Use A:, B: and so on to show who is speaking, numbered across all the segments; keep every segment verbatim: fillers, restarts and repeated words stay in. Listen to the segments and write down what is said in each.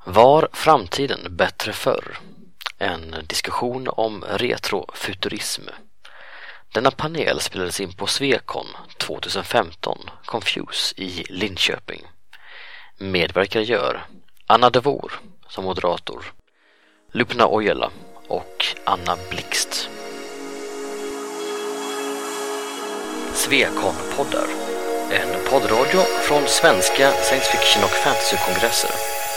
A: Var framtiden bättre förr? En diskussion om retrofuturism. Denna panel spelades in på Swecon tjugohundrafemton, Confuse i Linköping. Medverkare gör Anna de Woer som moderator, Lupna Ojala och Anna Blixt. Swecon-poddar, en poddradio från svenska science fiction och fantasy-kongresser.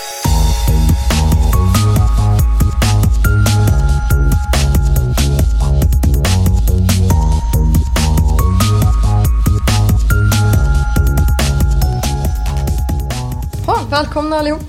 B: Välkomna allihop.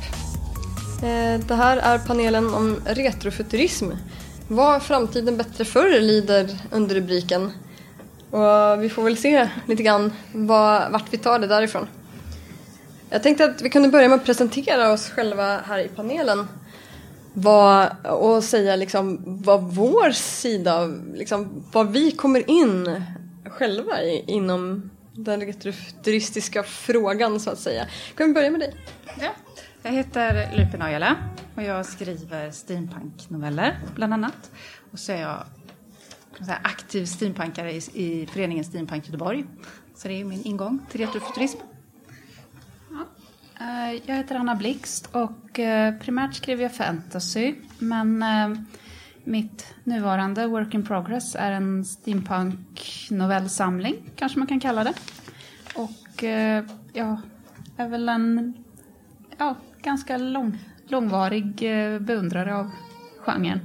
B: Det här är panelen om retrofuturism. Var framtiden bättre förr lider under rubriken. Och vi får väl se lite grann vad, vart vi tar det därifrån. Jag tänkte att vi kunde börja med att presentera oss själva här i panelen. Vad, och säga liksom vad vår sida, liksom, vad vi kommer in själva i, inom den retrofuturistiska frågan så att säga. Kan vi börja med dig?
C: Ja, jag heter Lupna Ojala och jag skriver steampunk-noveller bland annat. Och så är jag, kan säga, aktiv steampunkare i, i föreningen Steampunk Göteborg. Så det är min ingång till retrofuturism.
D: Ja. Jag heter Anna Blixt och primärt skriver jag fantasy. Men mitt nuvarande work in progress är en steampunk-novellsamling, kanske man kan kalla det. Och jag är väl en ja, ganska lång, långvarig beundrare av genren.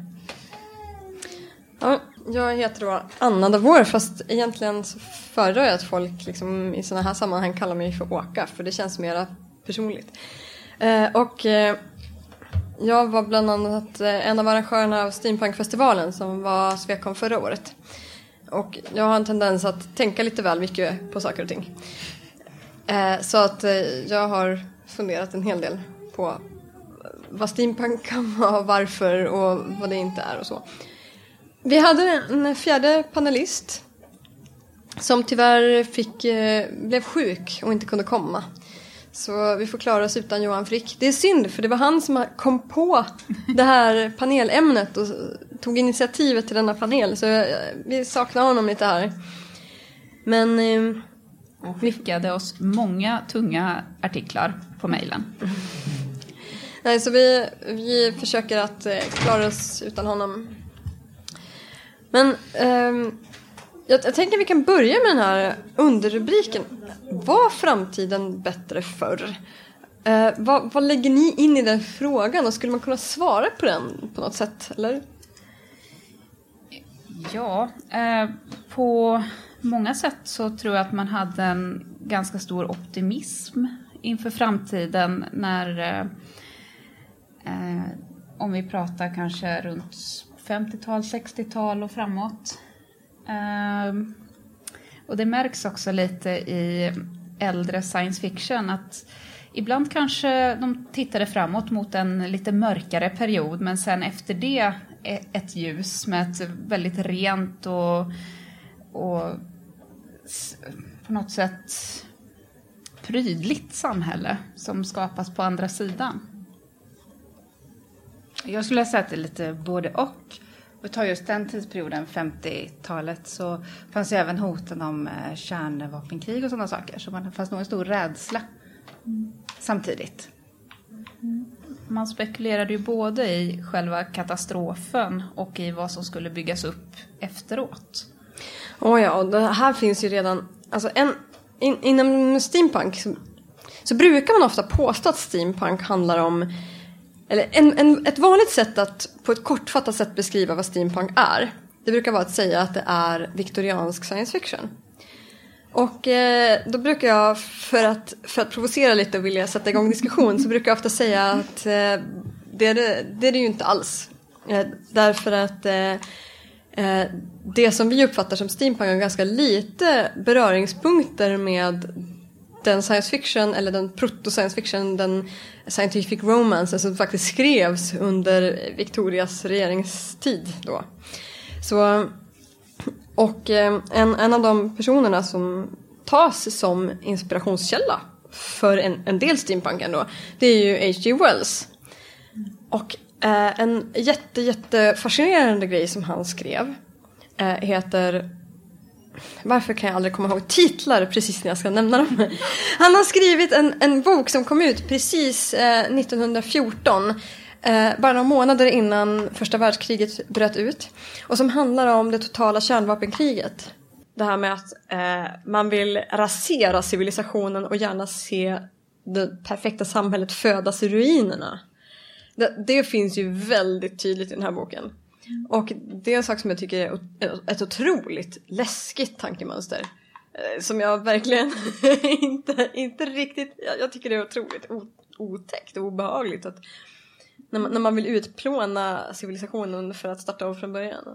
B: Ja, jag heter då Anna de Woer, fast egentligen så föredrar jag att folk liksom i sådana här sammanhang kallar mig för Åka, för det känns mer personligt. Eh, och eh, jag var bland annat en av arrangörerna av Steampunkfestivalen som var Swecon förra året. Och jag har en tendens att tänka lite väl mycket på saker och ting. Eh, så att eh, jag har funderat en hel del på vad steampunk kan vara, varför och vad det inte är och så. Vi hade en fjärde panelist som tyvärr fick, eh, blev sjuk och inte kunde komma. Så vi får klara oss utan Johan Frick. Det är synd, för det var han som kom på det här panelämnet och tog initiativet till denna panel. Så eh, vi saknar honom lite här. Men eh,
D: och skickade oss många tunga artiklar på mejlen.
B: Nej, så vi, vi försöker att eh, klara oss utan honom. Men eh, jag, jag tänker vi kan börja med den här underrubriken. Var framtiden bättre förr? Eh, vad, vad lägger ni in i den frågan? Och skulle man kunna svara på den på något sätt, eller?
D: Ja, eh, på många sätt så tror jag att man hade en ganska stor optimism inför framtiden när, eh, om vi pratar kanske runt femtiotal, sextiotal och framåt. Eh, och det märks också lite i äldre science fiction att ibland kanske de tittade framåt mot en lite mörkare period, men sen efter det ett ljus med ett väldigt rent och, och på något sätt prydligt samhälle som skapas på andra sidan.
C: Jag skulle säga att det är lite både och. Vi tar just den tidsperioden, femtiotalet, så fanns ju även hoten om kärnvapenkrig och sådana saker. Så man fanns nog en stor rädsla mm. samtidigt.
D: Mm. Man spekulerade ju både i själva katastrofen och i vad som skulle byggas upp efteråt.
B: Åh oh ja, och det här finns ju redan... Alltså en, in, inom steampunk så, så brukar man ofta påstå att steampunk handlar om... Eller en, en, ett vanligt sätt att på ett kortfattat sätt beskriva vad steampunk är, det brukar vara att säga att det är viktoriansk science fiction. Och eh, då brukar jag, för att, för att provocera lite och vilja sätta igång diskussion, så brukar jag ofta säga att eh, det, är det, det är det ju inte alls. Eh, därför att eh, eh, det som vi uppfattar som steampunk har ganska lite beröringspunkter med den science fiction, eller den proto-science fiction, den scientific romance som faktiskt skrevs under Victorias regeringstid då. Så, och en, en av de personerna som tas som inspirationskälla för en, en del steampunk ändå, det är ju H G Wells. Och eh, en jätte, jätte fascinerande grej som han skrev eh, heter... Varför kan jag aldrig komma ihåg titlar precis när jag ska nämna dem? Han har skrivit en, en bok som kom ut precis eh, nittonhundrafjorton. Eh, bara några månader innan första världskriget bröt ut. Och som handlar om det totala kärnvapenkriget. Det här med att eh, man vill rasera civilisationen och gärna se det perfekta samhället födas i ruinerna. Det, det finns ju väldigt tydligt i den här boken. Och det är en sak som jag tycker är ett otroligt läskigt tankemönster. Som jag verkligen inte, inte riktigt... Jag tycker det är otroligt otäckt och obehagligt. Att när, man, när man vill utplåna civilisationen för att starta om från början.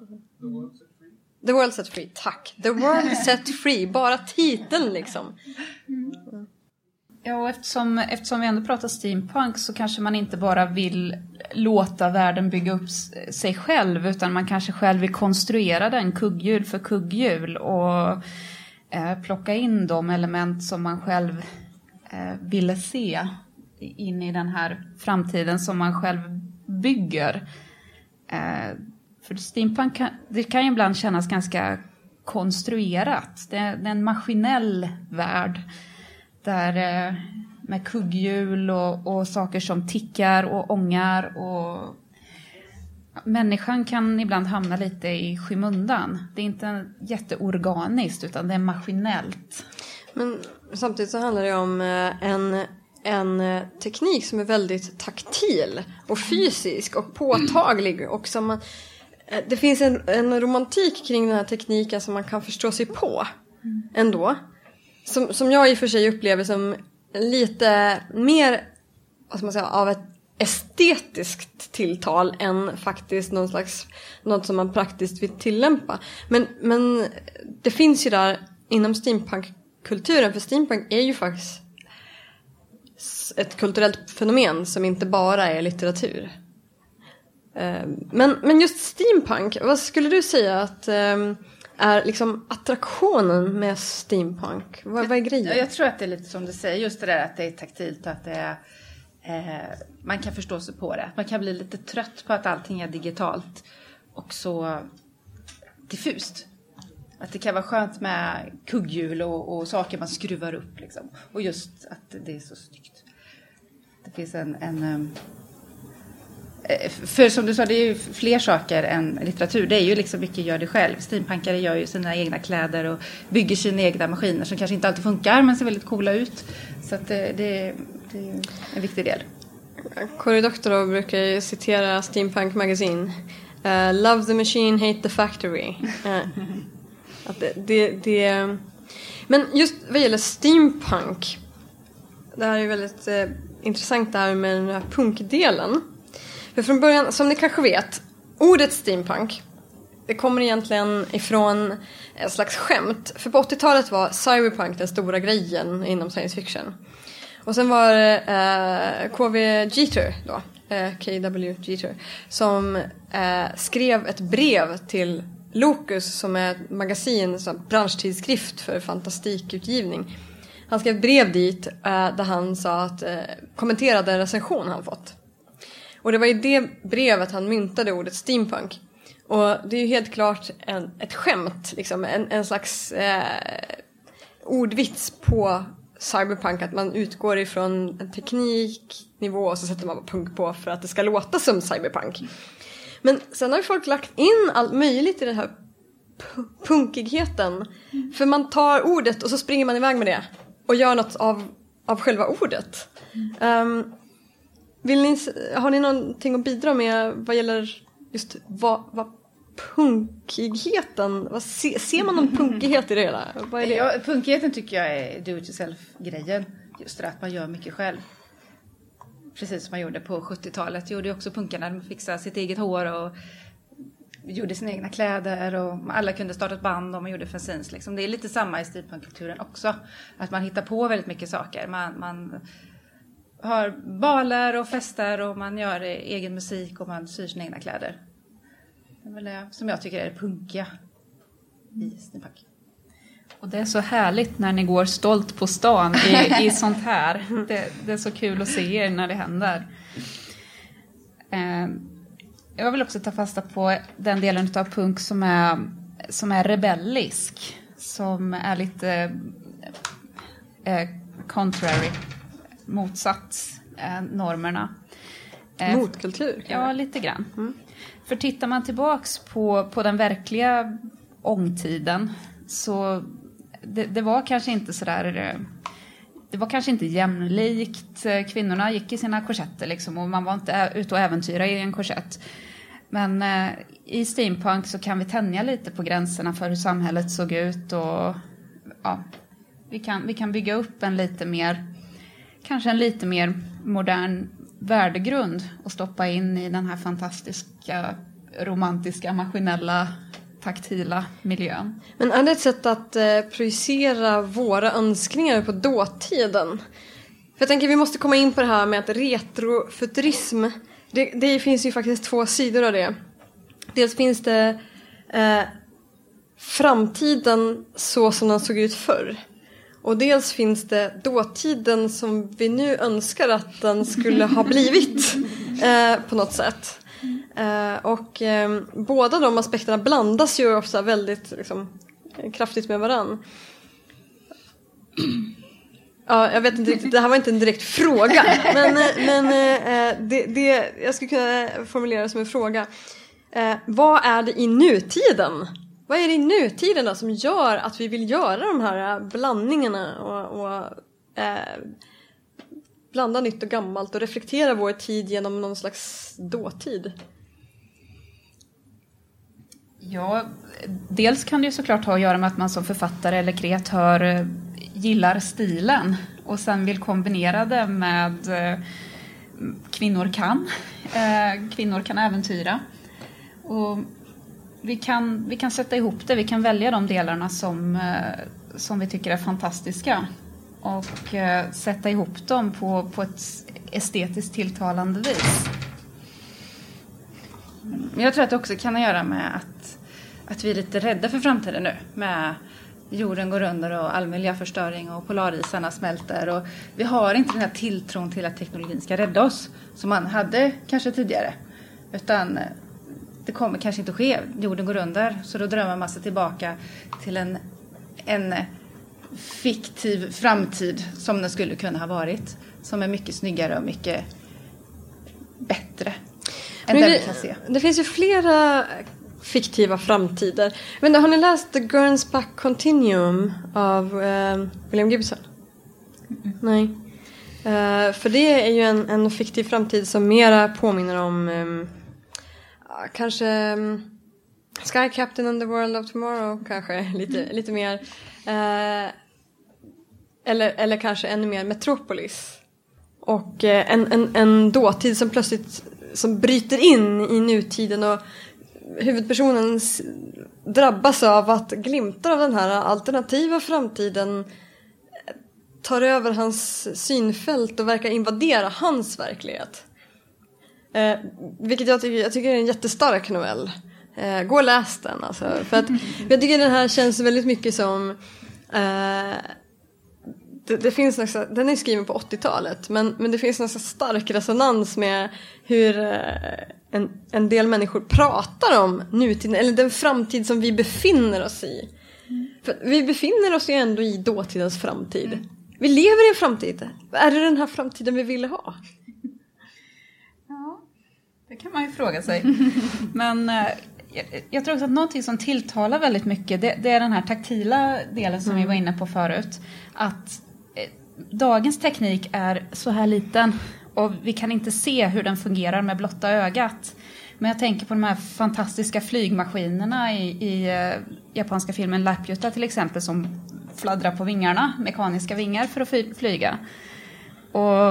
B: The World Set Free, tack. The World Set Free, bara titeln liksom.
D: Mm. Ja, och eftersom, eftersom vi ändå pratar steampunk så kanske man inte bara vill låta världen bygga upp sig själv, utan man kanske själv vill konstruera den kugghjul för kugghjul och eh, plocka in de element som man själv eh, ville se in i den här framtiden som man själv bygger. Eh, för steampunk kan, det kan ju ibland kännas ganska konstruerat. Det, det är en maskinell värld. Där med kugghjul och, och saker som tickar och ångar. Och människan kan ibland hamna lite i skymundan. Det är inte jätteorganiskt utan det är maskinellt.
B: Men samtidigt så handlar det om en, en teknik som är väldigt taktil och fysisk och påtaglig. Och som man, det finns en, en romantik kring den här tekniken som man kan förstå sig på ändå. Som, som jag i och för sig upplever som lite mer, vad ska man säga, av ett estetiskt tilltal än faktiskt någon slags, något som man praktiskt vill tillämpa. Men, men det finns ju där inom steampunk-kulturen, för steampunk är ju faktiskt ett kulturellt fenomen som inte bara är litteratur. Men, men just steampunk, vad skulle du säga att... är liksom attraktionen med steampunk? Vad, vad är grejen?
C: Jag tror att det är lite som du säger, just det där att det är taktilt och att det är, eh, man kan förstå sig på det. Man kan bli lite trött på att allting är digitalt och så diffust. Att det kan vara skönt med kugghjul och, och saker man skruvar upp liksom. Och just att det är så snyggt. Det finns en... en För som du sa, det är ju fler saker än litteratur. Det är ju liksom mycket gör det själv. Steampankare gör ju sina egna kläder och bygger sina egna maskiner som kanske inte alltid funkar men ser väldigt coola ut. Så att det, det, det är en viktig del.
B: Cory Doctorow brukar ju citera Steampunk Magazine. Uh, Love the machine, hate the factory. Uh, att det, det, det... Men just vad gäller steampunk, det här är ju väldigt eh, intressant det här med den här punkdelen. För från början, som ni kanske vet, ordet steampunk, det kommer egentligen ifrån en slags skämt. För på åttiotalet var cyberpunk den stora grejen inom science fiction. Och sen var det eh, K V Jeter då, eh, K W Jeter, som eh, skrev ett brev till Locus som är ett magasin, som branschtidskrift för fantastikutgivning. Han skrev brev dit eh, där han sa att eh, kommenterade en recension han fått. Och det var i det brevet han myntade ordet steampunk. Och det är ju helt klart en, ett skämt, liksom, en, en slags eh, ordvits på cyberpunk. Att man utgår ifrån en tekniknivå och så sätter man punk på för att det ska låta som cyberpunk. Men sen har ju folk lagt in allt möjligt i den här p- punkigheten. Mm. För man tar ordet och så springer man iväg med det. Och gör något av, av själva ordet. Mm. Um, Vill ni, har ni någonting att bidra med vad gäller just vad, vad punkigheten, vad se, ser man någon punkighet i det hela? Vad är det?
C: Ja, punkigheten tycker jag är do-it-yourself-grejen. Just det att man gör mycket själv. Precis som man gjorde på sjuttiotalet. Gjorde också punkarna, de fixade sitt eget hår och gjorde sina egna kläder och alla kunde starta ett band och man gjorde fanzines. Liksom. Det är lite samma i steampunkkulturen också. Att man hittar på väldigt mycket saker. Man... man har baler och fester och man gör egen musik och man syr sina egna kläder. Det är väl det som jag tycker är det punkiga i steampunk.
D: Och det är så härligt när ni går stolt på stan i, i sånt här. Det, det är så kul att se er när det händer. jag vill också ta fasta på den delen av punk som är, som är rebellisk. Som är lite eh, contrary, motsatt eh, normerna. Eh,
B: Motkultur?
D: Ja, lite grann. Mm. För tittar man tillbaks på, på den verkliga ångtiden så det, det var kanske inte sådär... Det var kanske inte jämlikt. Kvinnorna gick i sina korsetter liksom, och man var inte ute och äventyra i en korsett. Men eh, i steampunk så kan vi tänja lite på gränserna för hur samhället såg ut. Och ja, vi kan, vi kan bygga upp en lite mer, kanske en lite mer modern värdegrund och stoppa in i den här fantastiska, romantiska, maskinella, taktila miljön.
B: Men är det ett sätt att eh, projicera våra önskningar på dåtiden? För jag tänker vi måste komma in på det här med att retrofuturism, det, det finns ju faktiskt två sidor av det. Dels finns det eh, framtiden så som den såg ut förr. Och dels finns det dåtiden som vi nu önskar att den skulle ha blivit eh, på något sätt. Uh, och um, båda de aspekterna blandas ju ofta väldigt liksom, kraftigt med varann. Ja, uh, jag vet inte riktigt, det här var inte en direkt fråga. Men, men uh, det, det, jag skulle kunna formulera det som en fråga. Uh, vad är det i nutiden? Vad är det i nutiden då som gör att vi vill göra de här blandningarna och, och uh, blanda nytt och gammalt och reflektera vår tid genom någon slags dåtid?
D: Ja, dels kan det ju såklart ha att göra med att man som författare eller kreatör gillar stilen och sen vill kombinera det med kvinnor kan. Kvinnor kan äventyra. Och vi kan, vi kan sätta ihop det, vi kan välja de delarna som, som vi tycker är fantastiska och sätta ihop dem på, på ett estetiskt tilltalande vis.
C: Jag tror att det också kan ha att göra med att, att vi är lite rädda för framtiden nu. Med jorden går under och all miljöförstöring och polarisarna smälter. Och vi har inte den här tilltron till att teknologin ska rädda oss som man hade kanske tidigare. Utan det kommer kanske inte att ske. Jorden går under. Så då drömmer man sig tillbaka till en, en fiktiv framtid som den skulle kunna ha varit. Som är mycket snyggare och mycket bättre.
B: Men det, det finns ju flera fiktiva framtider. Men har ni läst The Gernsback Continuum av eh, William Gibson? Mm. Nej. Uh, för det är ju en, en fiktiv framtid som mera påminner om um, kanske um, Sky Captain and the World of Tomorrow kanske lite, mm. lite mer. Uh, eller, eller kanske ännu mer Metropolis. Och uh, en, en, en dåtid som plötsligt som bryter in i nutiden och huvudpersonen drabbas av att glimtar av den här alternativa framtiden tar över hans synfält och verkar invadera hans verklighet. Eh, vilket jag tycker, jag tycker är en jättestark novell. Eh, gå och läs den. Alltså, för att, jag tycker den här känns väldigt mycket som... Eh, det, det finns nästa, den är skriven på åttiotalet. Men, men det finns en stark resonans med hur eh, en, en del människor pratar om nutiden. Eller den framtid som vi befinner oss i. Mm. För vi befinner oss ju ändå i dåtidens framtid. Mm. Vi lever i en framtid. Är det den här framtiden vi vill ha?
D: Ja, det kan man ju fråga sig. Men eh, jag, jag tror också att någonting som tilltalar väldigt mycket, det, det är den här taktila delen som mm. vi var inne på förut. Att eh, dagens teknik är så här liten och vi kan inte se hur den fungerar med blotta ögat. Men jag tänker på de här fantastiska flygmaskinerna i, i eh, japanska filmen Laputa till exempel som fladdrar på vingarna, mekaniska vingar för att flyga. Och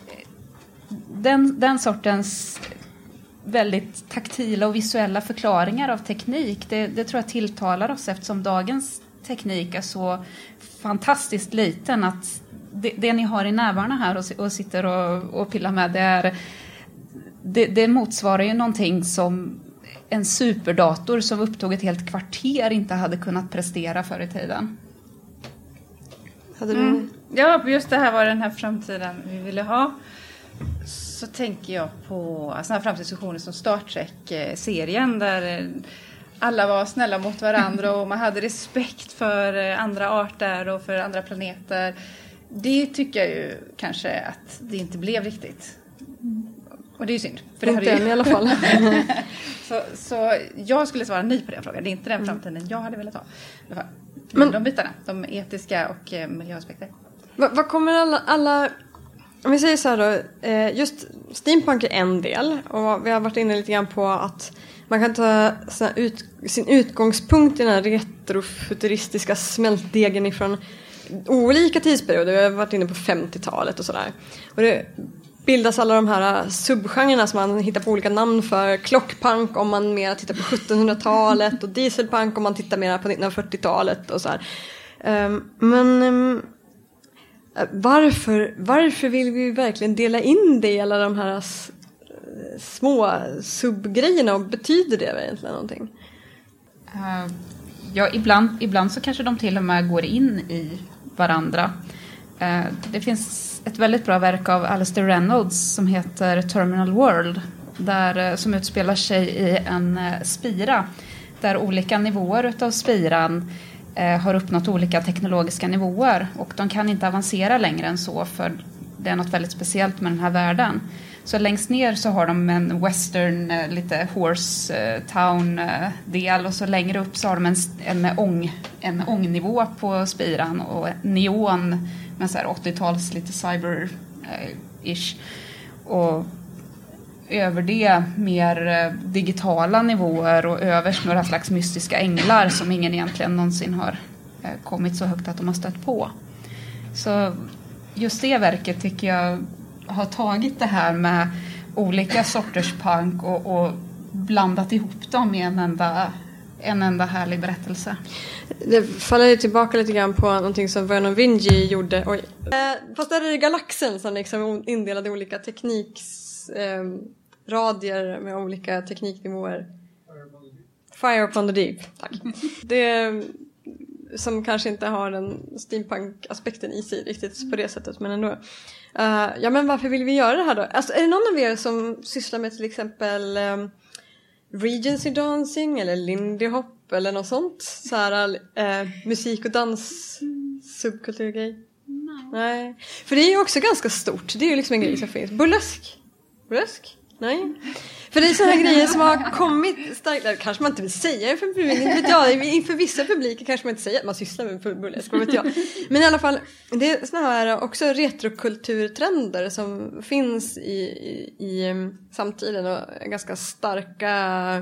D: den, den sortens väldigt taktila och visuella förklaringar av teknik, det, det tror jag tilltalar oss eftersom dagens teknik är så fantastiskt liten att det, det ni har i nävarna här och, och sitter och, och pillar med, det, är, det, det motsvarar ju någonting som en superdator som upptog ett helt kvarter inte hade kunnat prestera förr i tiden.
C: Hade du... mm. Ja, just det här var den här framtiden vi ville ha. så tänker jag på sådana framtidsvisioner som Star Trek-serien där alla var snälla mot varandra och man hade respekt för andra arter och för andra planeter. Det tycker jag ju kanske att det inte blev riktigt. Och det är ju synd. För det
B: inte
C: hade ju...
B: i alla fall.
C: så, så jag skulle svara nej på den frågan. Det är inte den framtiden jag hade velat ha. Men de bitarna, de etiska och eh, miljöaspekter.
B: Vad, vad kommer alla, alla... Om vi säger så här då, eh, just steampunk är en del. Och vi har varit inne lite grann på att man kan ta såna ut, sin utgångspunkt i den här retrofuturistiska smältdegen ifrån olika tidsperioder. Vi har varit inne på femtiotalet och sådär. Och det bildas alla de här subgenrerna som man hittar på olika namn för. Klockpunk om man mer tittar på sjuttonhundratalet och dieselpunk om man tittar mer på nittonhundrafyrtiotalet och så här. Um, men um, varför, varför vill vi verkligen dela in det i alla de här s- små subgrejerna och betyder det egentligen någonting?
D: Uh, ja, ibland, ibland så kanske de till och med går in i varandra. Uh, det finns ett väldigt bra verk av Alastair Reynolds som heter Terminal World där, som utspelar sig i en spira där olika nivåer utav spiran eh, har uppnått olika teknologiska nivåer och de kan inte avancera längre än så för det är något väldigt speciellt med den här världen. Så längst ner så har de en western, eh, lite horse eh, town eh, del och så längre upp så har de en, en, ång, en ångnivå på spiran och neon med så här åttio-tals lite cyber-ish. Och över det mer digitala nivåer och överst några slags mystiska änglar som ingen egentligen någonsin har kommit så högt att de har stött på. Så just det verket tycker jag har tagit det här med olika sorters punk och, och blandat ihop dem i en enda, en enda härlig berättelse.
B: Det faller ju tillbaka lite grann på någonting som Vernon Vinge gjorde. Oj. Eh, fast där är det galaxen som liksom indelade olika tekniks eh, radier med olika tekniknivåer. Fire upon the deep. Tack. Det som kanske inte har den steampunk-aspekten i sig riktigt på det sättet, men ändå. Uh, ja, men varför vill vi göra det här då? Alltså, är det någon av er som sysslar med till exempel um, Regency dancing eller Lindy Hop eller något sånt? Så här uh, musik och dans subkulturgrej?
D: Nej.
B: Nej. För det är ju också ganska stort. Det är ju liksom en grej som finns. Burlesk? Burlesk? Nej. För det är sådana grejer som har kommit starkt. Kanske man inte vill säga det för publiken. Inte vet jag. Inför vissa publiker kanske man inte säger att man sysslar med burlesk. Vet jag. Men i alla fall. Det är sådana här också retrokulturtrender som finns i, i, i samtiden. Och ganska starka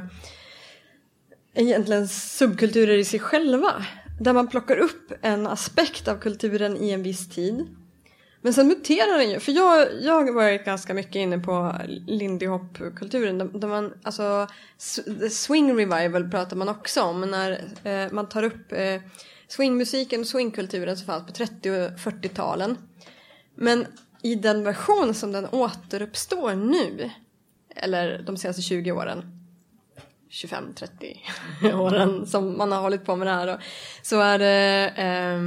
B: egentligen subkulturer i sig själva. Där man plockar upp en aspekt av kulturen i en viss tid. Men sen muterar den ju. För jag, jag har varit ganska mycket inne på Lindy Hop-kulturen. Där, där man, alltså, swing revival pratar man också om. När eh, man tar upp eh, swingmusiken och swingkulturen som fanns på trettio- och fyrtiotalen. Men i den version som den återuppstår nu. Eller de senaste tjugo åren. tjugofem trettio åren som man har hållit på med det här. Då, så är det... Eh,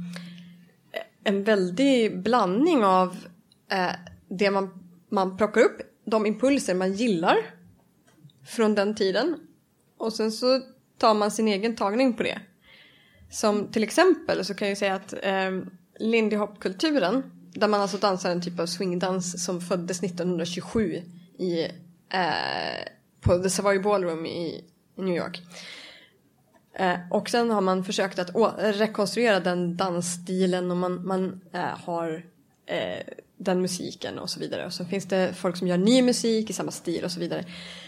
B: en väldig blandning av eh, det man, man plockar upp, de impulser man gillar från den tiden. Och sen så tar man sin egen tagning på det. Som till exempel så kan jag säga att eh, Lindy Hop-kulturen, där man alltså dansar en typ av swingdans som föddes nittonhundratjugosju i, eh, på The Savoy Ballroom i, i New York. Eh, och sen har man försökt att å- rekonstruera den dansstilen och man, man eh, har eh, den musiken och så vidare. Och så finns det folk som gör ny musik i samma stil och så vidare.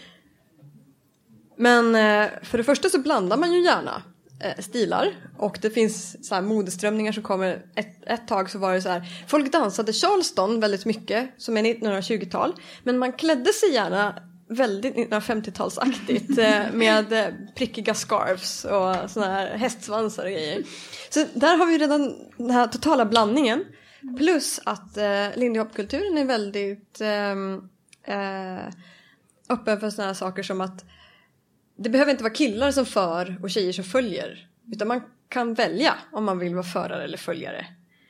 B: Men eh, för det första så blandar man ju gärna eh, stilar. Och det finns så här modeströmningar som kommer. Ett, ett tag så var det så här. Folk dansade Charleston väldigt mycket som är nittonhundratjugotal. Men man klädde sig gärna väldigt nittonhundrafemtiotalsaktigt med prickiga scarves och såna här hästsvansar och grejer. Så där har vi redan den här totala blandningen. Plus att eh, Lindy Hop-kulturen är väldigt eh, eh, öppen för såna här saker som att det behöver inte vara killar som för och tjejer som följer. Utan man kan välja om man vill vara förare eller följare.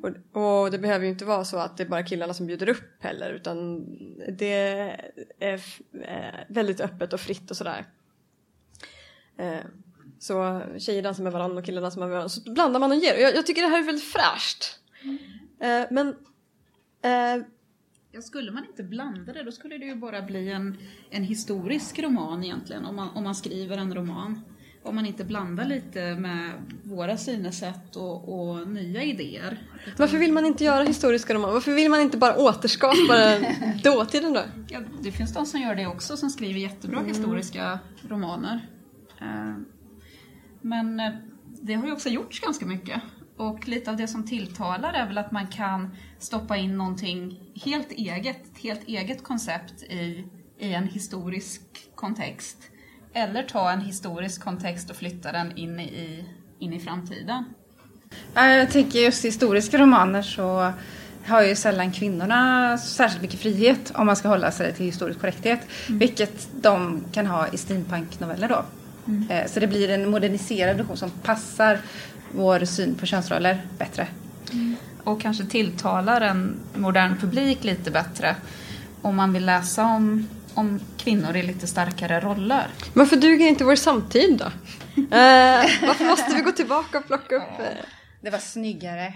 B: Och, och det behöver ju inte vara så att det är bara killarna som bjuder upp heller, utan det är f- väldigt öppet och fritt och sådär. Eh, så tjejer dansar med varandra och killar dansar med varandra, så blandar man och ger. Jag, jag tycker det här är väldigt fräscht. Eh, men eh,
D: Ja, skulle man inte blanda det, då skulle det ju bara bli en, en historisk roman egentligen, om man, om man skriver en roman. Om man inte blandar lite med våra synesätt och, och nya idéer.
B: varför vill man inte göra historiska romaner? Varför vill man inte bara återskapa den dåtiden då?
D: Ja, det finns de som gör det också, som skriver jättebra mm. historiska romaner. Eh, men det har ju också gjorts ganska mycket. Och lite av det som tilltalar är väl att man kan stoppa in någonting helt eget, ett helt eget koncept i, i en historisk kontext. Eller ta en historisk kontext och flytta den in i, in i framtiden.
C: Jag tänker just i historiska romaner så har ju sällan kvinnorna särskilt mycket frihet om man ska hålla sig till historisk korrekthet. Mm. Vilket de kan ha i steampunk-noveller då. Mm. Så det blir en moderniserad version som passar vår syn på könsroller bättre.
D: Mm. Och kanske tilltalar en modern publik lite bättre om man vill läsa om, om kvinnor i lite starkare roller.
B: Varför duger inte vår samtid då? uh, varför måste vi gå tillbaka och plocka upp? Uh...
C: Det var snyggare.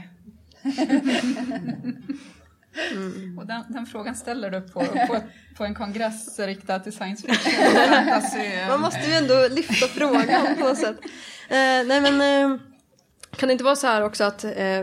D: Mm. Och den, den frågan ställer du på, på, på en kongress riktad till science fiction. Fantasy.
B: Man måste ju ändå lyfta frågan på något sätt. Uh, nej men... Uh... Kan det inte vara så här också att eh,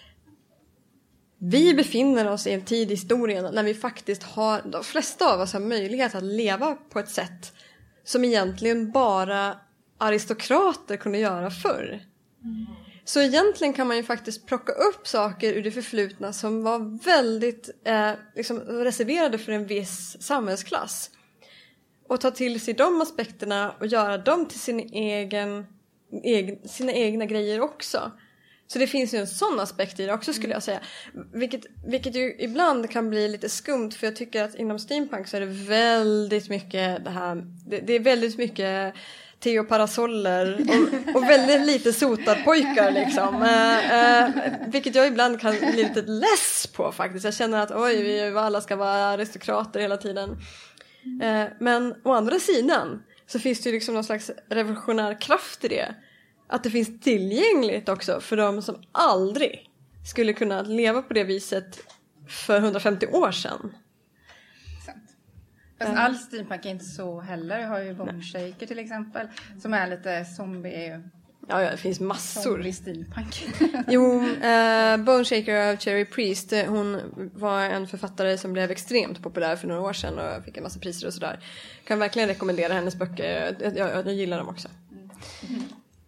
B: vi befinner oss i en tid i historien när vi faktiskt har, de flesta av oss har möjlighet att leva på ett sätt som egentligen bara aristokrater kunde göra förr. Mm. Så egentligen kan man ju faktiskt plocka upp saker ur det förflutna som var väldigt eh, liksom reserverade för en viss samhällsklass. Och ta till sig de aspekterna och göra dem till sin egen... Egen, sina egna grejer också. Så det finns ju en sån aspekt i det också, skulle jag säga. Vilket, vilket ju ibland kan bli lite skumt, för jag tycker att inom steampunk så är det väldigt mycket det här, det, det är väldigt mycket Theo Parasoller och, och väldigt lite sotarpojkar liksom. Eh, eh, vilket jag ibland kan bli lite less på faktiskt. Jag känner att oj, vi alla ska vara aristokrater hela tiden. Eh, men å andra sidan så finns det ju liksom någon slags revolutionär kraft i det. Att det finns tillgängligt också för de som aldrig skulle kunna leva på det viset för hundrafemtio år sedan.
C: Sant. Fast uh. all steampunk är inte så heller. Jag har ju Bone Shaker till exempel. Som är lite zombie...
B: Ja, ja, det finns massor.
C: Zombie steampunk.
B: Jo, uh, Bone Shaker av Cherry Priest. Hon var en författare som blev extremt populär för några år sedan. Och fick en massa priser och sådär. Kan verkligen rekommendera hennes böcker. Jag, jag, jag gillar dem också. Mm.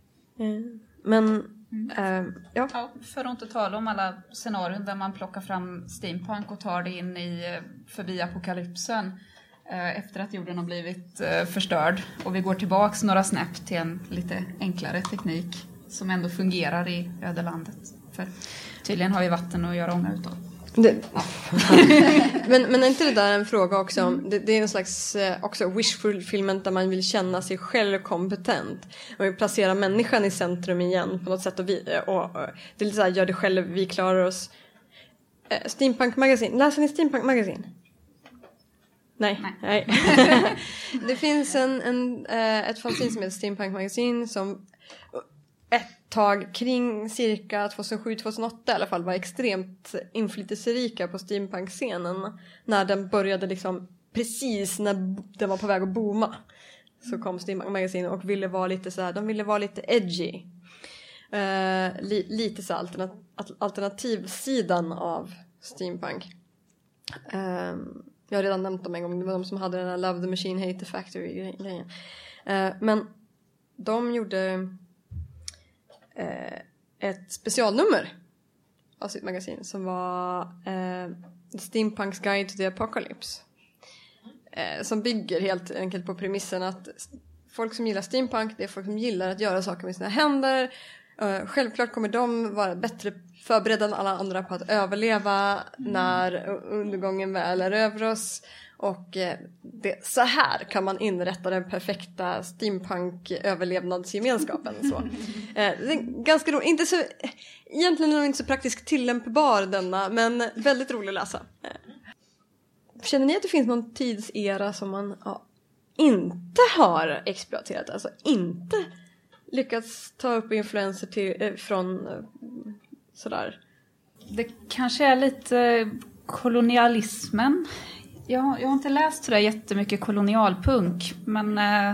B: Mm. Men... Mm. Uh, ja.
D: Ja, för att inte tala om alla scenarion där man plockar fram steampunk och tar det in i förbi apokalypsen eh, efter att jorden har blivit eh, förstörd, och vi går tillbaks några snäpp till en lite enklare teknik som ändå fungerar i ödelandet, för tydligen har vi vatten att göra ånga utav.
B: Det, ja. men, men är inte det där en fråga också om, det, det är en slags eh, också wish-fulfillment där man vill känna sig själv kompetent och vill placera människan i centrum igen på något sätt, och, vi, och, och det är lite så här, gör det själv, vi klarar oss. eh, Steampunk Magazine, läser ni Steampunk Magazine? Nej, nej. nej. Det finns en, en, eh, ett fanzine som heter Steampunk Magazine som ett tag kring cirka tjugohundrasju tjugohundraåtta i alla fall var extremt inflytelserika på steampunk-scenen. När den började liksom, precis när den var på väg att booma, så kom Steampunk Magazine och ville vara lite så här, de ville vara lite edgy. Uh, li, lite så alternat, alternativsidan av steampunk. Uh, jag har redan nämnt dem en gång, det var de som hade den här Love the Machine, Hate the Factory-grejen. Uh, men de gjorde ett specialnummer av sitt magasin som var eh, Steampunks Guide to the Apocalypse, eh, som bygger helt enkelt på premissen att folk som gillar steampunk, det är folk som gillar att göra saker med sina händer. eh, självklart kommer de vara bättre förbereda alla andra på att överleva när undergången väl är över oss. Och eh, det, så här kan man inrätta den perfekta steampunk-överlevnadsgemenskapen. Så. Eh, det är ganska roligt. Inte så, egentligen är det inte så praktiskt tillämpbar denna, men väldigt rolig att läsa. Eh. Känner ni att det finns någon tidsera som man ja, inte har exploaterat? Alltså inte lyckats ta upp influenser till, eh, från eh, sådär?
D: Det kanske är lite kolonialismen. Jag, jag har inte läst sådär jättemycket kolonialpunk, men eh,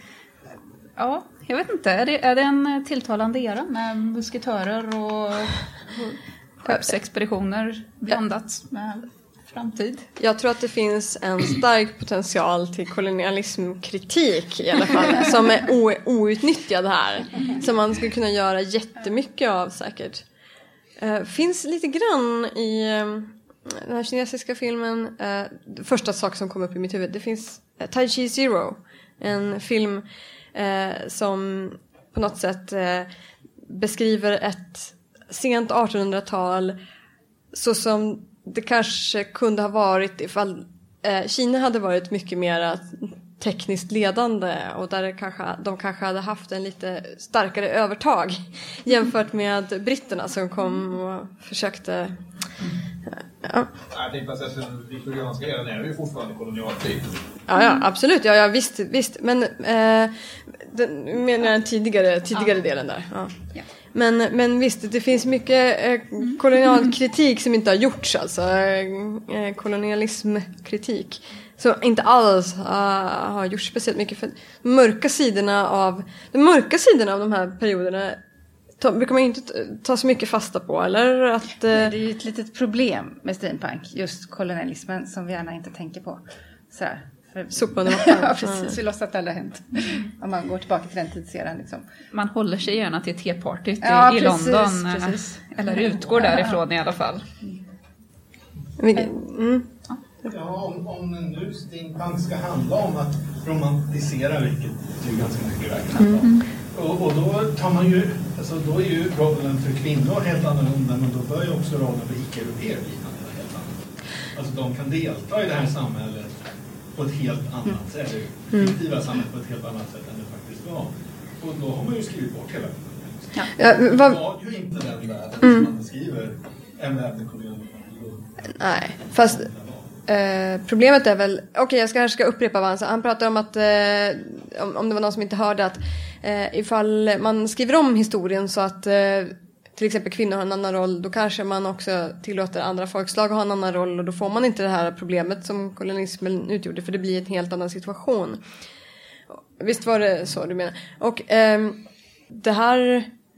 D: ja, jag vet inte. Är det, är det en tilltalande era med musketörer och skeppsexpeditioner blandat med framtid?
B: Jag tror att det finns en stark potential till kolonialismkritik i alla fall, som är o- outnyttjad här. Som man skulle kunna göra jättemycket av säkert. Uh, finns lite grann i... Um, den här kinesiska filmen, eh, första sak som kom upp i mitt huvud, det finns eh, Tai Chi Zero, en film eh, som på något sätt eh, beskriver ett sent artonhundratal så som det kanske kunde ha varit ifall eh, Kina hade varit mycket mer tekniskt ledande och där det kanske, de kanske hade haft en lite starkare övertag jämfört med britterna som kom och försökte. Ja.
E: Jag tänkte att den viktorianska eran är ju fortfarande kolonialtid.
B: Ja, ja, absolut. Ja, ja visst, visst. Men eh, den, menar den tidigare, tidigare ja. delen där. Ja. Ja. Men, men visst, det finns mycket eh, kolonialkritik som inte har gjorts. Alltså, eh, kolonialismkritik. Så inte alls uh, har gjorts speciellt mycket. För de mörka sidorna av, de mörka sidorna av de här perioderna Ta, brukar man inte ta så mycket fasta på, eller? Att, eh...
C: Det är ju ett litet problem med steampunk, just kolonialismen, som vi gärna inte tänker på. Sådär. För...
B: Sopa under mattan.
C: Ja, precis. Vi låtsas att det aldrig har hänt. Om man går tillbaka till den tidseran. Liksom.
D: Man håller sig gärna till tepartyt
C: ja,
D: i, i
C: precis,
D: London.
C: Precis.
D: Eller utgår därifrån i alla fall.
B: Mm. Mm.
E: Ja, om, om nu steampunk ska handla om att romantisera, vilket är ganska mycket verkligen. Mm. Och, och då tar man ju, alltså då är ju rollen för kvinnor helt annorlunda, men då bör ju också rollen för icke-europeer bli helt annorlunda. Alltså de kan delta i det här samhället på ett helt annat mm. sätt, eller fiktiva samhället på ett helt annat sätt än det faktiskt var. Och då har man ju skrivit bort hela tiden.
B: Ja. Ja,
E: det
B: var...
E: var ju inte den världen
B: mm.
E: som man beskriver en värld kolonial.
B: Nej, fast... Eh, problemet är väl, okej okay, jag ska, ska upprepa vad han sa. Han pratade om att, eh, om, om det var någon som inte hörde att eh, ifall man skriver om historien så att eh, till exempel kvinnor har en annan roll, då kanske man också tillåter andra folkslag att ha en annan roll och då får man inte det här problemet som kolonialismen utgjorde, för det blir en helt annan situation. Visst var det så du menar? Och eh, det här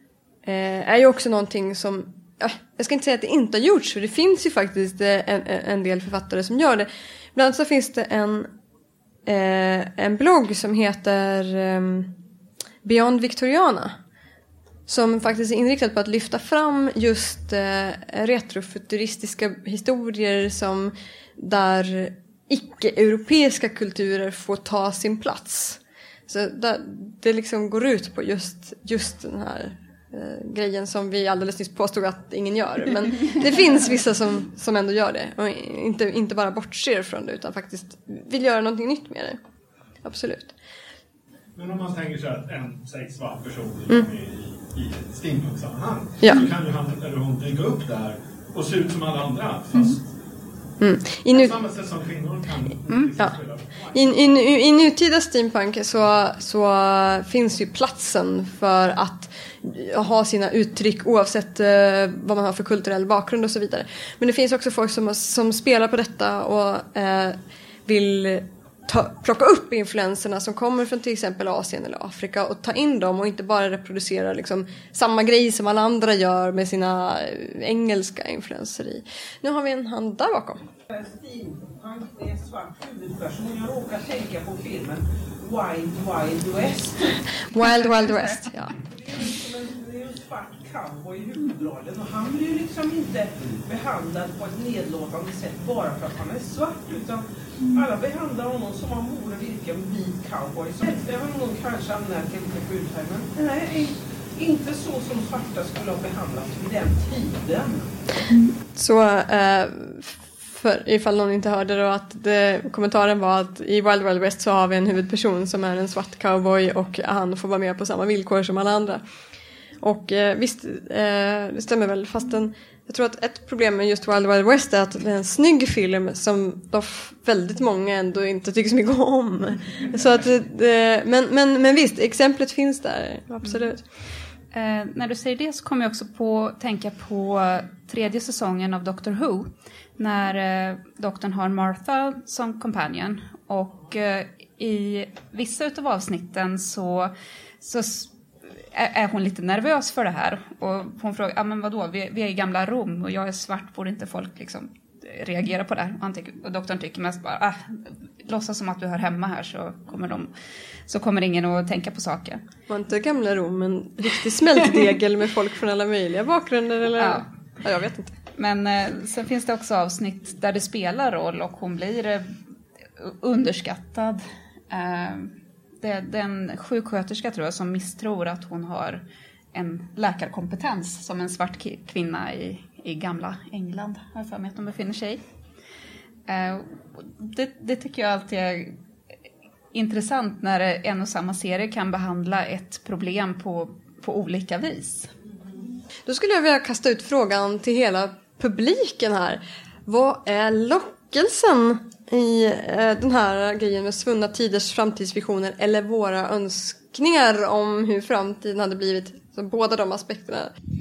B: eh, är ju också någonting som jag ska inte säga att det inte har gjorts, för det finns ju faktiskt en, en del författare som gör det. Bland annat så finns det en, eh, en blogg som heter eh, Beyond Victoriana, som faktiskt är inriktad på att lyfta fram just eh, retrofuturistiska historier som där icke-europeiska kulturer får ta sin plats. Så där, det liksom går ut på just, just den här Uh, grejen som vi alldeles nyss påstod att ingen gör. Men det finns vissa som, som ändå gör det. Och inte, inte bara bortser från det, utan faktiskt vill göra någonting nytt med det. Absolut.
E: Men om man tänker sig att en säg, svart person är
B: mm.
E: i, i ett steampunk-sammanhang, ja. Så kan ju han eller hon dyka upp där och se ut som alla andra, fast
B: mm. I nu...
E: samma sätt som kvinnor kan
B: mm.
E: liksom
B: ja. I, i, I nutida steampunk så, så finns ju platsen för att ha sina uttryck oavsett eh, vad man har för kulturell bakgrund och så vidare. Men det finns också folk som, som spelar på detta och eh, vill ta, plocka upp influenserna som kommer från till exempel Asien eller Afrika och ta in dem och inte bara reproducera liksom samma grej som alla andra gör med sina engelska influenser i. Nu har vi en hand där bakom.
F: Steampunk, det är svart huvudperson. Jag råkar tänka på filmen Wild Wild West.
B: Wild Wild West, ja.
F: Det är ju en svart cowboy i huvudrollen och han blir ju liksom inte behandlad på ett nedlåtande sätt bara för att han är svart, utan alla behandlar honom som om vore vilken vit cowboy som helst. Det har nog kanske anmärkt lite på uthärmen. Nej, inte så som svarta skulle ha behandlats vid den tiden.
B: Så eh, för, ifall någon inte hörde då, att det, kommentaren var att i Wild Wild West så har vi en huvudperson som är en svart cowboy och han får vara med på samma villkor som alla andra. Och eh, visst, eh, det stämmer väl, fast den, jag tror att ett problem med just Wild Wild West är att det är en snygg film som då väldigt många ändå inte tycker så mycket om. Så att, det, men, men, men visst, exemplet finns där, absolut.
D: Eh, när du säger det så kommer jag också på tänka på tredje säsongen av Doctor Who. När eh, doktorn har Martha som companion. Och eh, i vissa utav avsnitten så, så är, är hon lite nervös för det här. Och hon frågar, ah, men vadå, vi, vi är i gamla Rom och jag är svart, borde inte folk liksom reagera på det här? Och, han tycker, och doktorn tycker mest bara, ah, låtsas som att du hör hemma här så kommer, de, så kommer ingen att tänka på saker.
B: Var inte gamla Rom en riktig smältdegel med folk från alla möjliga bakgrunder? Eller?
D: Ja.
B: Ja, jag vet inte.
D: Men eh, sen finns det också avsnitt där det spelar roll och hon blir eh, underskattad. Eh, det, det är en sjuksköterska tror jag som misstror att hon har en läkarkompetens som en svart k- kvinna i, i gamla England. Har jag för mig att de befinner sig i. Eh, det, det tycker jag alltid är intressant när en och samma serie kan behandla ett problem på, på olika vis.
B: Då skulle jag vilja kasta ut frågan till hela publiken här. Vad är lockelsen i eh, den här grejen med svunna tiders framtidsvisioner eller våra önskningar om hur framtiden hade blivit? Så båda de aspekterna.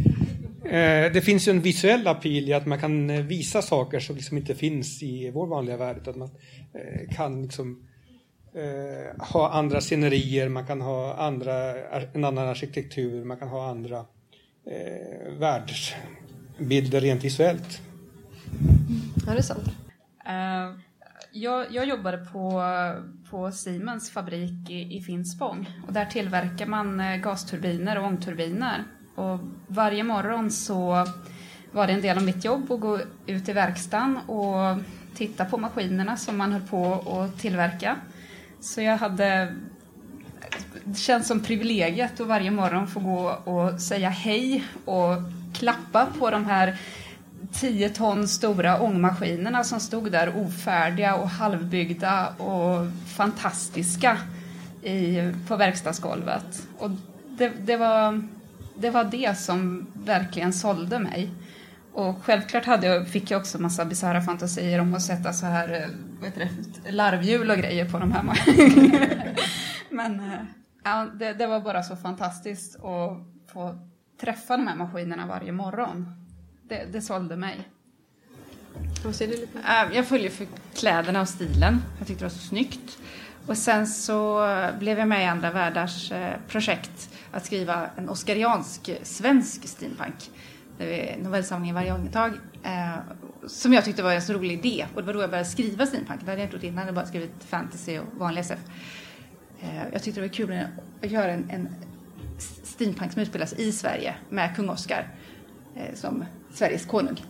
G: Eh, det finns ju en visuell appeal i att man kan visa saker som liksom inte finns i vår vanliga värld. Att man eh, kan liksom eh, ha andra scenerier, man kan ha andra, en annan arkitektur, man kan ha andra eh, världsbilder rent visuellt.
B: Ja, det är sant.
D: Uh, jag, jag jobbade på, på Siemens fabrik i, i Finspång. Och där tillverkar man gasturbiner och ångturbiner. Och varje morgon så var det en del av mitt jobb att gå ut i verkstaden och titta på maskinerna som man höll på att tillverka. Så jag hade... Det känns som privilegiet att varje morgon få gå och säga hej och klappa på de här tio ton stora ångmaskinerna som stod där ofärdiga och halvbyggda och fantastiska i, på verkstadsgolvet. Och det, det, var, det var det som verkligen sålde mig. Och självklart hade jag, fick jag också massa bisarra fantasier om att sätta så här vad heter det, larvhjul och grejer på de här maskinerna. Men ja, det, det var bara så fantastiskt att få träffa de här maskinerna varje morgon. Det, det sålde mig.
B: Vad ser du lite?
C: Jag följer för kläderna och stilen. Jag tyckte det var så snyggt. Och sen så blev jag med i Andra Världars projekt att skriva en oskariansk svensk steampunk. Det är novellsamlingen Varje ångetag. Som jag tyckte var en så rolig idé. Och det var då jag började skriva steampunk. Det hade jag inte gjort innan. Jag hade bara skrivit fantasy och vanlig S F. Jag tyckte det var kul att göra en, en steampunk som utspelas i Sverige med kung Oscar som Sveriges konung.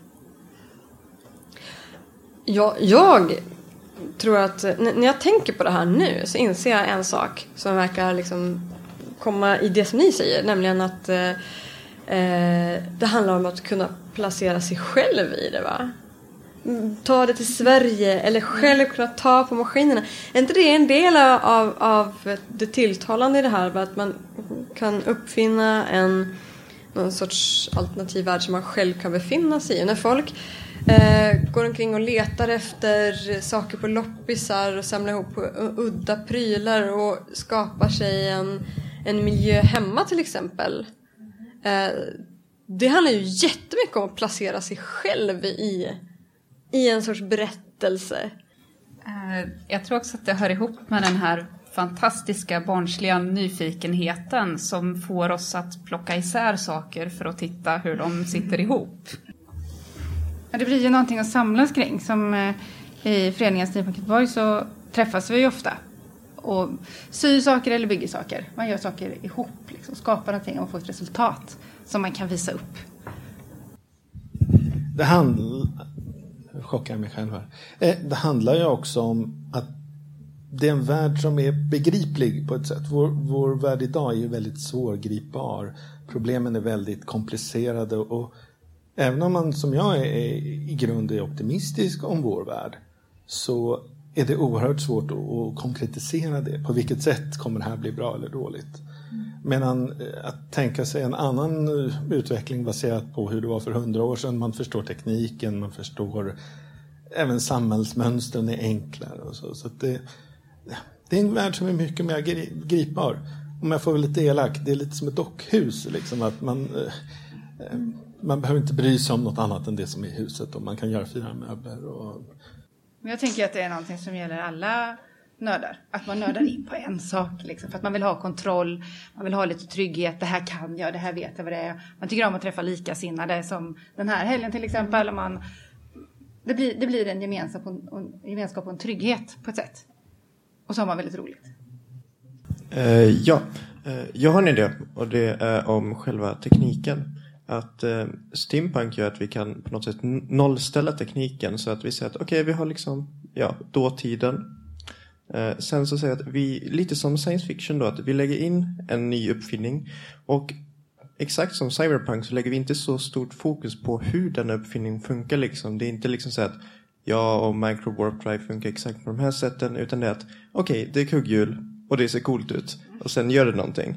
B: Ja, jag tror att när jag tänker på det här nu så inser jag en sak som verkar liksom komma i det som ni säger, nämligen att eh, det handlar om att kunna placera sig själv i det, va? Ta det till Sverige eller själv kunna ta på maskinerna. Är inte det en del av, av det tilltalande i det här, att man kan uppfinna en någon sorts alternativ värld som man själv kan befinna sig i? När folk eh, går omkring och letar efter saker på loppisar och samlar ihop udda prylar och skapar sig en, en miljö hemma till exempel. Eh, det handlar ju jättemycket om att placera sig själv i, i en sorts berättelse.
D: Eh, jag tror också att det hör ihop med den här fantastiska barnsliga nyfikenheten som får oss att plocka isär saker för att titta hur de sitter ihop.
C: Ja, det blir ju någonting att samlas kring. Som eh, i föreningen Steampunk Göteborg så träffas vi ju ofta och syr saker eller bygger saker. Man gör saker ihop, liksom, skapar någonting och får ett resultat som man kan visa upp.
E: Det handlar... chockar mig själv här. Det handlar ju också om att
H: det är en värld som är begriplig på ett sätt. Vår, vår värld idag är ju väldigt svårgripbar. Problemen är väldigt komplicerade och även om man som jag är, är i grund är optimistisk om vår värld så är det oerhört svårt att, att konkretisera det. På vilket sätt kommer det här bli bra eller dåligt? Mm. Medan att tänka sig en annan utveckling baserat på hur det var för hundra år sedan. Man förstår tekniken, man förstår även samhällsmönstren är enklare. Och så så att det, det är en värld som är mycket mer gripbar. Om jag får vara lite elak, det är lite som ett dockhus. Liksom, att man, eh, man behöver inte bry sig om något annat än det som är i huset. Och man kan göra fina möbler. Och...
C: Men jag tänker att det är någonting som gäller alla nördar. Att man nördar in på en sak. Liksom, för att man vill ha kontroll. Man vill ha lite trygghet. Det här kan jag, det här vet jag vad det är. Man tycker om att träffa likasinnade som den här helgen till exempel. Och man, det, blir, det blir en gemenskap och en, en gemenskap och en trygghet på ett sätt. Och så har man väldigt roligt.
I: Uh, ja, uh, jag har en idé och det är om själva tekniken. Att uh, steampunk gör att vi kan på något sätt nollställa tekniken så att vi säger att okej, okay, vi har liksom ja, dåtiden. Uh, sen så säger jag att vi, lite som science fiction då, att vi lägger in en ny uppfinning och exakt som cyberpunk så lägger vi inte så stort fokus på hur den uppfinningen funkar liksom. Det är inte liksom så att ja, och micro warp drive funkar exakt på de här sätten utan det är att okej, okay, det är kugghjul och det ser coolt ut. Och sen gör det någonting.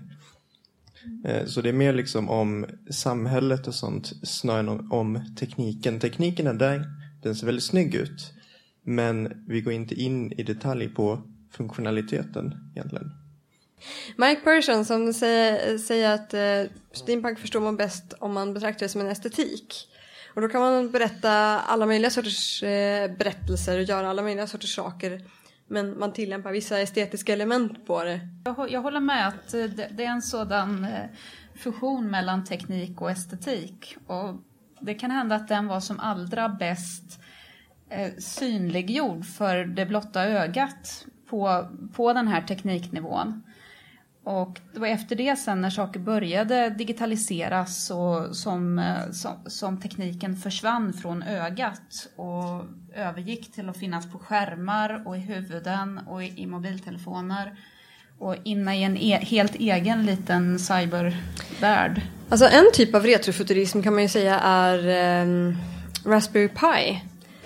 I: Eh, så det är mer liksom om samhället och sånt snarare än om tekniken. Tekniken är där, den ser väldigt snygg ut. Men vi går inte in i detalj på funktionaliteten egentligen.
B: Mike Persson som säger, säger att eh, steampunk förstår man bäst om man betraktar det som en estetik. Och då kan man berätta alla möjliga sorters eh, berättelser och göra alla möjliga sorters saker. Men man tillämpar vissa estetiska element på det.
D: Jag, jag håller med att det, det är en sådan eh, fusion mellan teknik och estetik. Och det kan hända att den var som allra bäst eh, synliggjord för det blotta ögat på, på den här tekniknivån. Och det var efter det sen när saker började digitaliseras och som, som, som tekniken försvann från ögat och övergick till att finnas på skärmar och i huvuden och i, i mobiltelefoner och inne i en e- helt egen liten cybervärld.
B: Alltså en typ av retrofuturism kan man ju säga är eh, Raspberry Pi.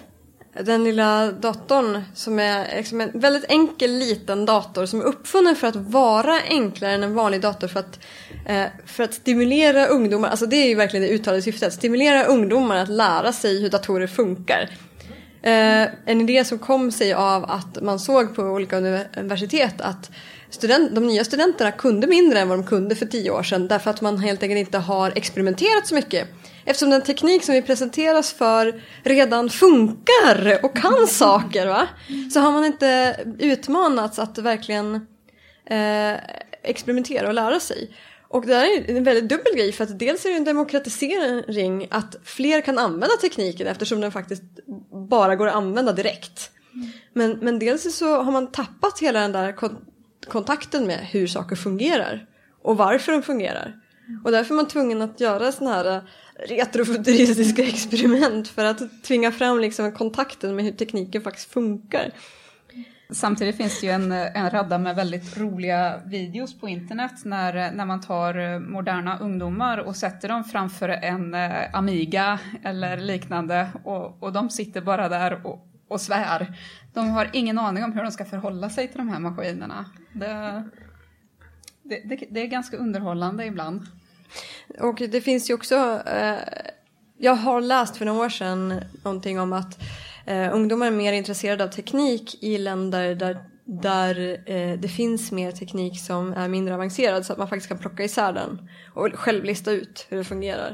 B: Den lilla datorn som är liksom en väldigt enkel liten dator som är uppfunnen för att vara enklare än en vanlig dator för att, eh, för att stimulera ungdomar, alltså det är ju verkligen det uttalade syftet, att stimulera ungdomar att lära sig hur datorer funkar. Eh, en idé som kom sig av att man såg på olika universitet att student, de nya studenterna kunde mindre än vad de kunde för tio år sedan därför att man helt enkelt inte har experimenterat så mycket. Eftersom den teknik som vi presenteras för redan funkar och kan saker, va? Så har man inte utmanats att verkligen eh, experimentera och lära sig. Och det är en väldigt dubbel grej för att dels är det en demokratisering att fler kan använda tekniken eftersom den faktiskt bara går att använda direkt. Men, men dels så har man tappat hela den där kon- kontakten med hur saker fungerar och varför de fungerar. Och därför är man tvungen att göra såna här retrofuturistiska experiment för att tvinga fram liksom kontakten med hur tekniken faktiskt funkar.
D: Samtidigt finns det ju en, en radda med väldigt roliga videos på internet när, när man tar moderna ungdomar och sätter dem framför en eh, Amiga eller liknande och, och de sitter bara där och, och svär. De har ingen aning om hur de ska förhålla sig till de här maskinerna. Det, det, det, det är ganska underhållande ibland.
B: Och det finns ju också, eh, jag har läst för några år sedan någonting om att eh, ungdomar är mer intresserade av teknik i länder där, där eh, det finns mer teknik som är mindre avancerad så att man faktiskt kan plocka isär den och själv lista ut hur det fungerar.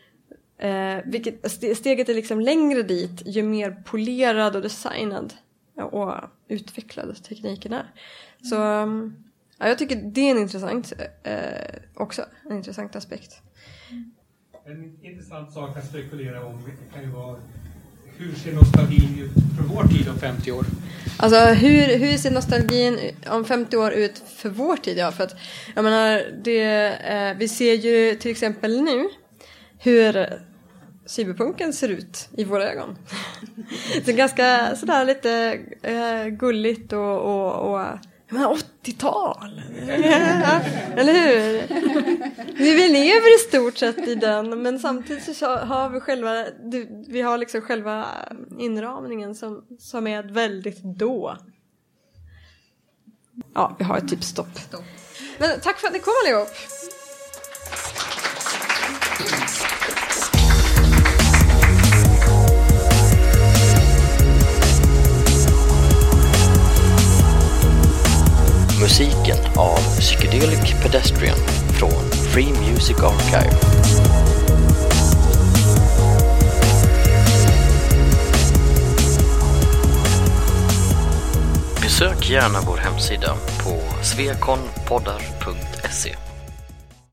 B: Eh, vilket, steget är liksom längre dit ju mer polerad och designad och utvecklad tekniken är. Så ja, jag tycker det är en intressant eh, också en intressant aspekt.
G: En intressant sak att spekulera om kan ju vara hur ser nostalgin ut för vår tid om femtio år?
B: Alltså hur, hur ser nostalgin om femtio år ut för vår tid? Ja, för att jag menar, det, eh, vi ser ju till exempel nu hur cyberpunken ser ut i våra ögon. Det är ganska sådär lite eh, gulligt och, och, och men åttiotal. Eller hur? Vi lever i stort sett i den, men samtidigt så har vi själva vi har liksom själva inramningen som, som är väldigt då. Ja, vi har ett typ stopp. stopp. Men tack för att ni kom allihop.
A: Musiken av Psychedelic Pedestrian från Free Music Archive. Besök gärna vår hemsida på svekonpoddar punkt se.